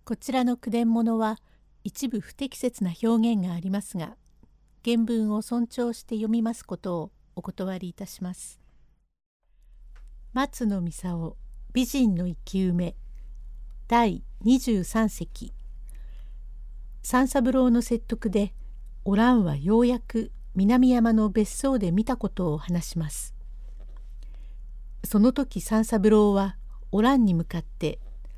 こちらの句伝物は一部不適切な表現がありますが、原文を尊重して読みますことをお断りいたします。松野操美人の生き埋め第23席。三三郎の説得でお蘭はようやく南山の別荘で見たことを話します。その時三三郎はお蘭に向かって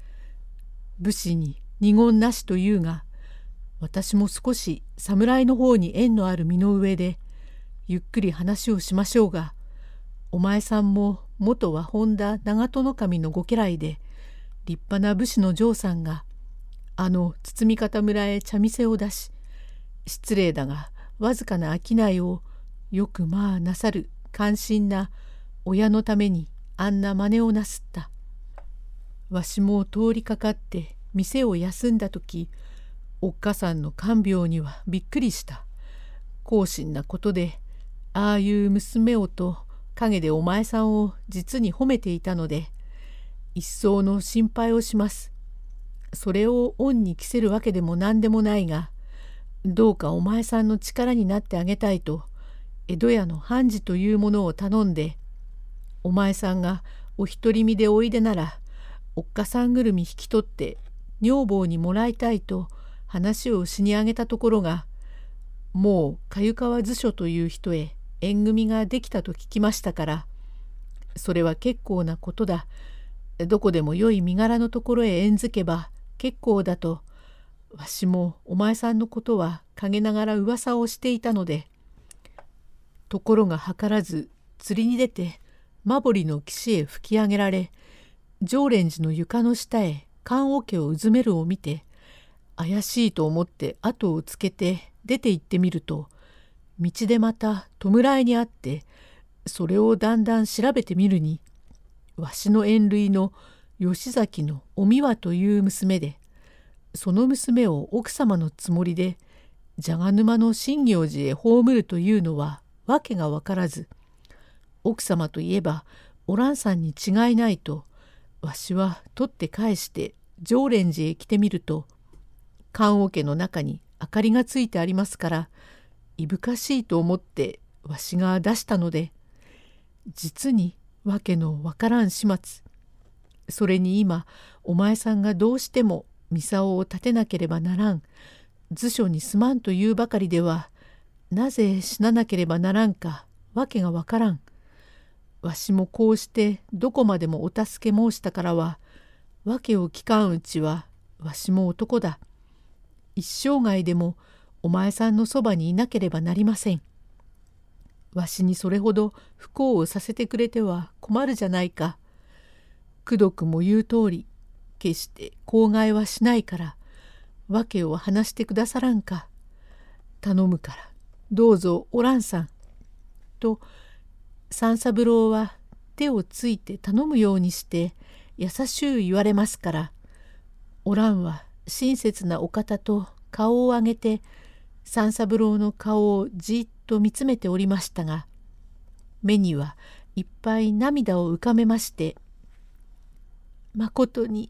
「武士に二言なしと言うが、私も少し侍の方に縁のある身の上でゆっくり話をしましょうが、お前さんも元は本田長門守のご家来で立派な武士の嬢さんが包方村へ茶店を出し、失礼だがわずかな商いをよくまあなさる関心な親のためにあんな真似をなすった。わしも通りかかって店を休んだ時、おっかさんの看病にはびっくりした。高心なことで、ああいう娘をと陰でお前さんを実に褒めていたので、一層の心配をします。それを恩に着せるわけでも何でもないが、どうかお前さんの力になってあげたいと、江戸屋の判事というものを頼んで、お前さんがお独り身でおいでなら、おっかさんぐるみ引き取って女房にもらいたいと話をしにあげたところが、もう鮎川図書という人へ縁組ができたと聞きましたから、それは結構なことだ。どこでも良い身柄のところへ縁づけば結構だと、わしもお前さんのことは陰ながら噂をしていたので、ところが図らず釣りに出て馬堀の岸へ吹き上げられ、常蓮寺の床の下へ棺桶をうずめるを見て、怪しいと思って後をつけて出て行ってみると、道でまた弔いにあって、それをだんだん調べてみるに、わしの縁類の吉崎のお美和という娘で、その娘を奥様のつもりで蛇ヶ沼の真行寺へ葬るというのはわけが分からず、奥様といえばお蘭さんに違いないと、わしは取って返して常蓮寺へ来てみると、棺桶の中に明かりがついてありますから、いぶかしいと思ってわしが出したので、実にわけのわからん始末。それに今お前さんがどうしても操を立てなければならん、図書にすまんというばかりでは、なぜ死ななければならんかわけがわからん。わしもこうしてどこまでもお助け申したからは、わけを聞かんうちはわしも男だ。一生涯でもお前さんのそばにいなければなりません。わしにそれほど不幸をさせてくれては困るじゃないか。功徳も言う通り、決して口外はしないから、わけを話してくださらんか。頼むからどうぞお蘭さん。と三三郎は手をついて頼むようにして優しゅう言われますから、お蘭は親切なお方と顔を上げて三三郎の顔をじっと見つめておりましたが、目にはいっぱい涙を浮かべまして、まことに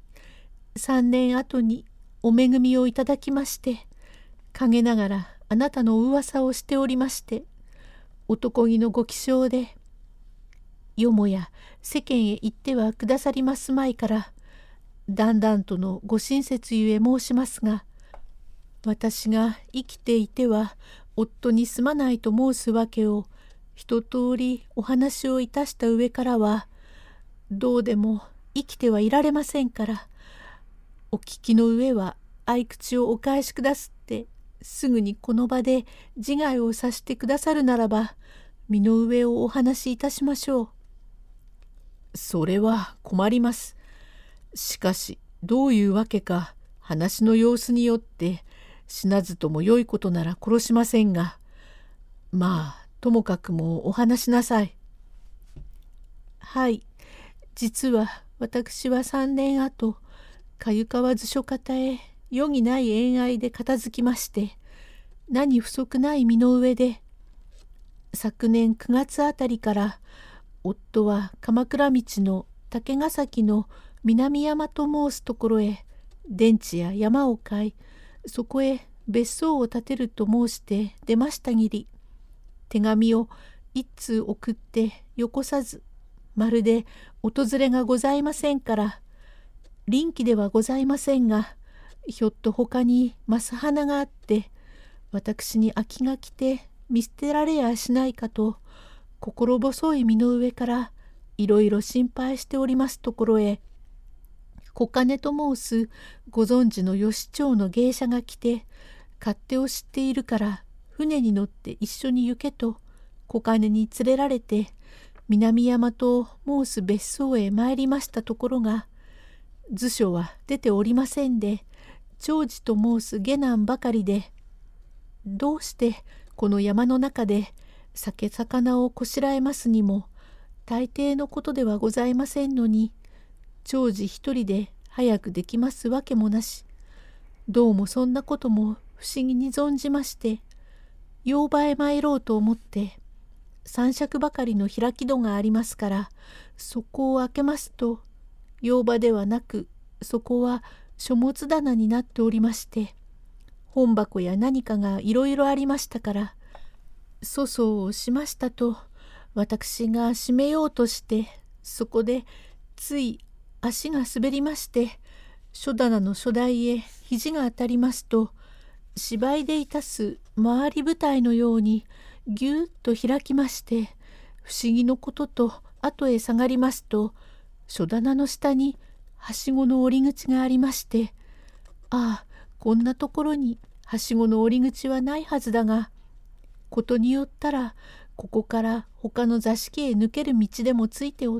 3年後にお恵みをいただきまして、陰ながらあなたの噂をしておりまして、男気のご気性で、よもや世間へ行ってはくださりますまいから、だんだんとのご親切ゆえ申しますが、私が生きていては夫にすまないと申すわけを一通りお話をいたした上からは、どうでも生きてはいられませんから、お聞きの上は合口をお返しくだすって、すぐにこの場で自害をさしてくださるならば、身の上をお話しいたしましょう。それは困ります。しかしどういうわけか、話の様子によって死なずともよいことなら殺しませんが、まあともかくもお話しなさい。はい、実は私は3年後、鮎川図書方へ余儀ない縁愛で片付きまして、何不足ない身の上で、昨年9月あたりから夫は鎌倉道の竹ヶ崎の南山と申すところへ田地や山を買い、そこへ別荘を建てると申して出ましたぎり、手紙を一通送ってよこさず、まるで訪れがございませんから、臨機ではございませんが、ひょっと他にマス花があって、私に空きが来て見捨てられやしないかと、心細い身の上からいろいろ心配しておりますところへ、小金と申すご存知の吉町の芸者が来て、勝手を知っているから船に乗って一緒に行けと小金に連れられて、南山と申す別荘へ参りましたところが、図書は出ておりませんで、長次と申す下男ばかりで、どうしてこの山の中で酒魚をこしらえますにも大抵のことではございませんのに、長次一人で早くできますわけもなし、どうもそんなことも不思議に存じまして、洋場へ参ろうと思って、三尺ばかりの開き戸がありますから、そこを開けますと、洋場ではなく、そこは書物棚になっておりまして、本箱や何かがいろいろありましたから、粗相をしましたと、私が閉めようとして、そこでつい足が滑りまして、書棚の書台へ肘が当たりますと、芝居でいたす回り舞台のようにぎゅーっと開きまして、不思議のことと後へ下がりますと、書棚の下にはしごの折り口がありまして、ああ、こんなところにはしごの折り口はないはずだが、ことによったらここから他の座敷へ抜ける道でもついておって、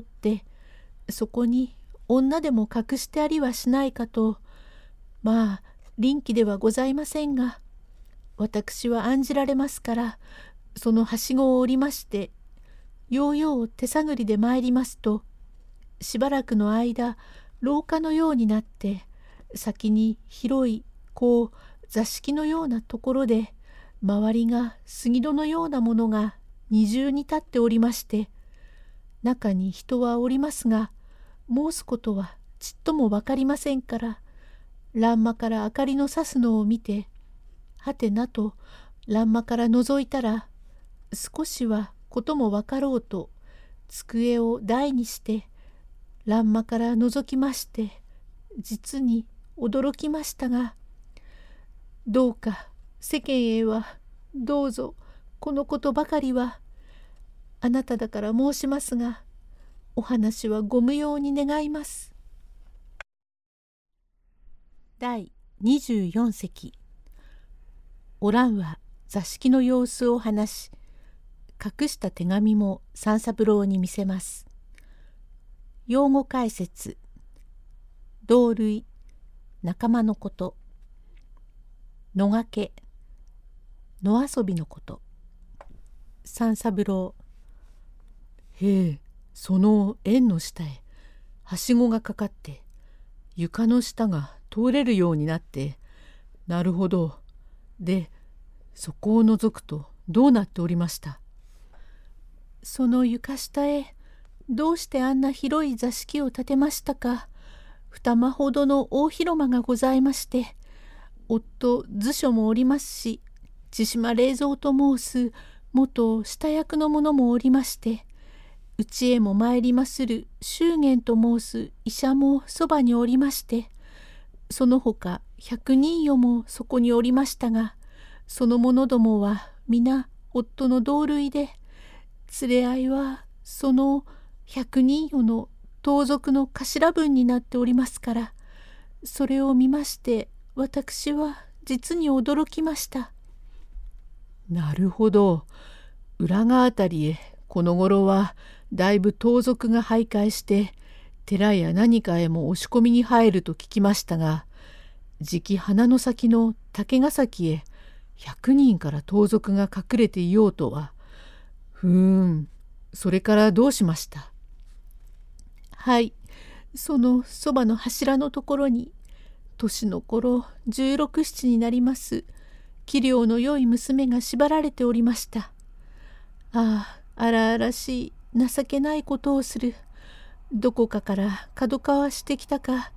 そこに女でも隠してありはしないかと、まあ臨機ではございませんが、私は案じられますから、そのはしごを降りまして、ようよう手探りで参りますと、しばらくの間廊下のようになって、先に広いこう座敷のようなところで、周りが杉戸のようなものが二重に立っておりまして、中に人はおりますが、申すことはちっとも分かりませんから、欄間から明かりのさすのを見て、はてなと欄間から覗いたら、少しはことも分かろうと机を台にして欄間から覗きまして、実に驚きましたが、どうか世間へはどうぞこのことばかりは、あなただから申しますが、お話はご無用に願います。第24席。おらんは座敷の様子を話し、隠した手紙も三三郎に見せます。用語解説。同類、仲間のこと。野掛け、野遊びのこと。三三郎。へえ、その縁の下へはしごがかかって、床の下が通れるようになって、なるほど。で、そこを覗くとどうなっておりました？その床下へどうしてあんな広い座敷を建てましたか。二間ほどの大広間がございまして、夫図書もおりますし、千島冷蔵と申す元下役の者もおりまして、うちへも参りまする祝言と申す医者もそばにおりまして、その他100人余もそこにおりましたが、その者どもは皆夫の同類で、連れ合いはその100人余の盗賊の頭分になっておりますから、それを見まして私は実に驚きました。なるほど。浦賀あたりへこの頃はだいぶ盗賊が徘徊して、寺や何かへも押し込みに入ると聞きましたが、じき鼻の先の竹ヶ崎へ100人から盗賊が隠れていようとは。それからどうしました？はい、そのそばの柱のところに、年の頃16、17になります器量の良い娘が縛られておりました。ああ、荒々しい情けないことをする。どこかから角かわしてきたか、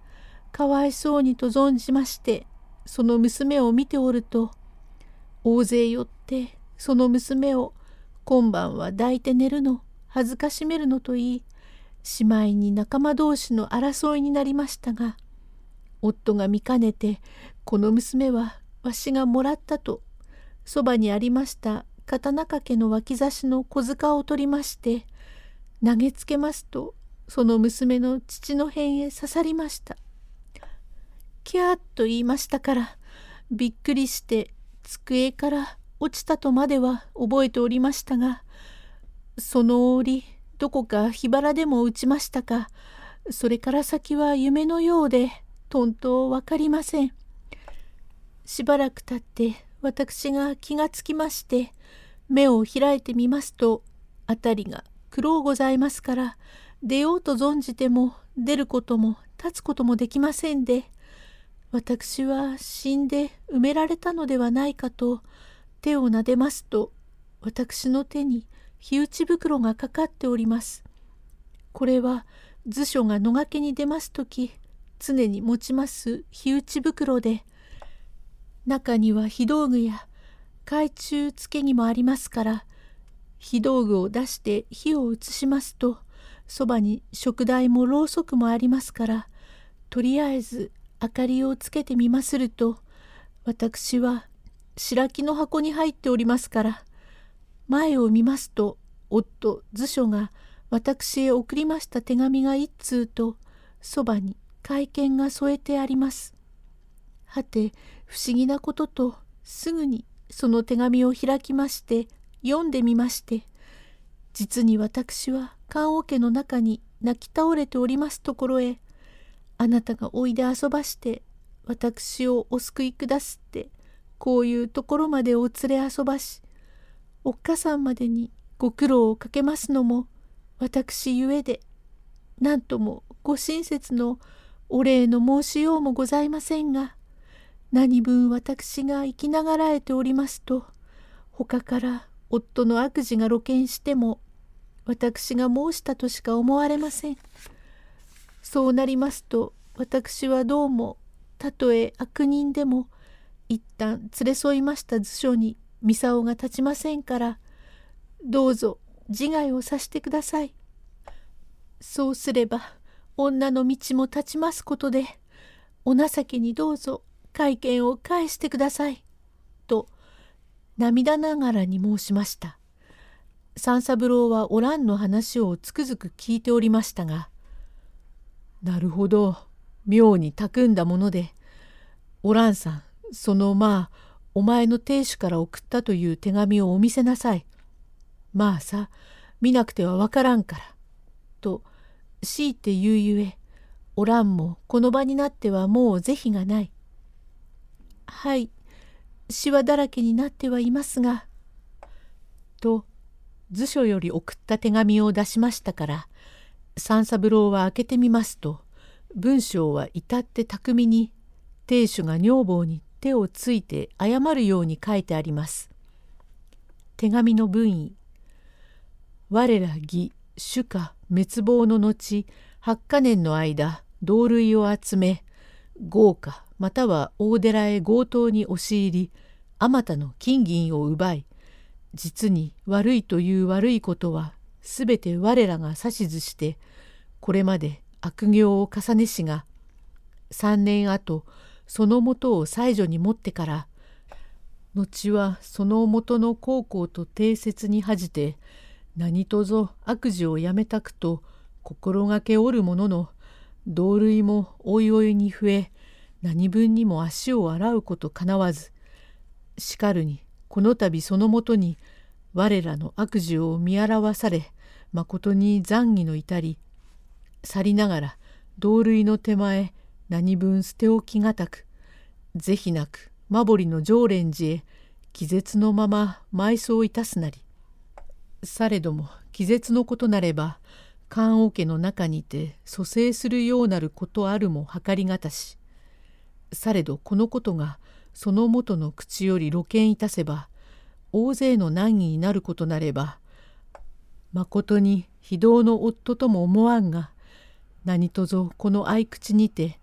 かわいそうにと存じまして、その娘を見ておると、大勢寄ってその娘を今晩は抱いて寝るの、恥ずかしめるのと言い、しまいに仲間同士の争いになりましたが、夫が見かねて、この娘はわしがもらったと、そばにありました刀掛けの脇差しの小塚を取りまして、投げつけますと、その娘の父の辺へ刺さりました。キャーッと言いましたから、びっくりして机から落ちたとまでは覚えておりましたが、その折どこか火腹でも打ちましたか、それから先は夢のようでとんと分かりません。しばらく経って私が気がつきまして、目を開いてみますと、辺りが暗うございますから、出ようと存じても出ることも立つこともできませんで、私は死んで埋められたのではないかと手をなでますと、私の手に火打ち袋がかかっております。これは図書が野掛けに出ますとき常に持ちます火打ち袋で、中には火道具や懐中付け木もありますから、火道具を出して火を移しますと、そばに燭台もろうそくもありますから、とりあえず明かりをつけてみますると、私は白木の箱に入っておりますから、前を見ますと、夫図書が私へ送りました手紙が一通と、そばに懐剣が添えてあります。はて不思議なことと、すぐにその手紙を開きまして読んでみまして、実に私は棺桶の中に泣き倒れておりますところへ、あなたがおいで遊ばして私をお救いくだすって、こういうところまでお連れ遊ばし、おっかさんまでにご苦労をかけますのも私ゆえで、なんともご親切のお礼の申しようもございませんが、何分私が生きながらえておりますと、他から夫の悪事が露見しても私が申したとしか思われません。そうなりますと、私はどうもたとえ悪人でも一旦連れ添いました図書に操が立ちませんから、どうぞ自害をさしてください。そうすれば女の道も立ちますことで、お情けにどうぞ懐剣を返してください」と涙ながらに申しました。三三郎はお蘭の話をつくづく聞いておりましたが、なるほど、妙に巧んだもので、お蘭さん、そのお前の亭主から送ったという手紙をお見せなさい。まあさ、見なくてはわからんから。と強いて言うゆえ、お蘭もこの場になってはもう是非がない。はい、しわだらけになってはいますが。と図書より送った手紙を出しましたから、三三郎は開けてみますと、文章は至って巧みに、亭主が女房に手をついて謝るように書いてあります。手紙の文意。我ら義主家滅亡の後8か年の間同類を集め、豪華または大寺へ強盗に押し入り、あまたの金銀を奪い、実に悪いという悪いことはすべて我らが指図して、これまで悪行を重ねしが、3年後その元を妻女に持ってから、後はその元の孝行と定説に恥じて、何とぞ悪事をやめたくと心がけおるものの、同類もおいおいに増え、何分にも足を洗うことかなわず、しかるにこの度そのもとに我らの悪事を見表され、まことに残儀の至り、去りながら同類の手前何分捨て置きがたく、是非なく馬堀の常蓮寺へ気絶のまま埋葬いたすなり。されども気絶のことなれば、棺桶の中にて蘇生するようなることあるも計りがたし、されどこのことがその元の口より露見いたせば、大勢の難儀になることなれば、まことに非道の夫とも思わんが、何とぞこの合口にて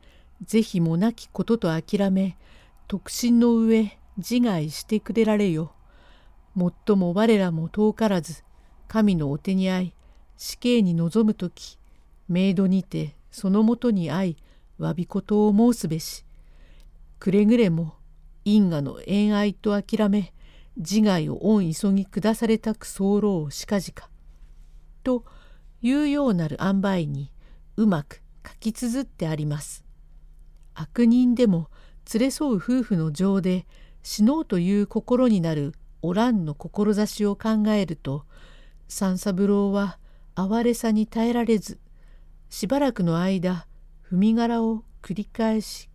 是非もなきことと諦め、徳心の上自害してくれられよ。もっとも我らも遠からず、神のお手に合い、死刑に臨むとき、冥土にてそのもとに会い、詫びことを申すべし。くれぐれも因果の縁愛と諦め、自害を御急ぎ下されたく候をしかじか。というようなる塩梅にうまく書き綴ってあります。悪人でも連れ添う夫婦の情で死のうという心になるおらんの志を考えると、三三郎は哀れさに耐えられず、しばらくの間踏み殻を繰り返し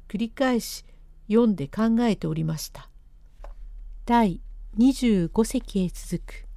読んで考えておりました。第25席へ続く。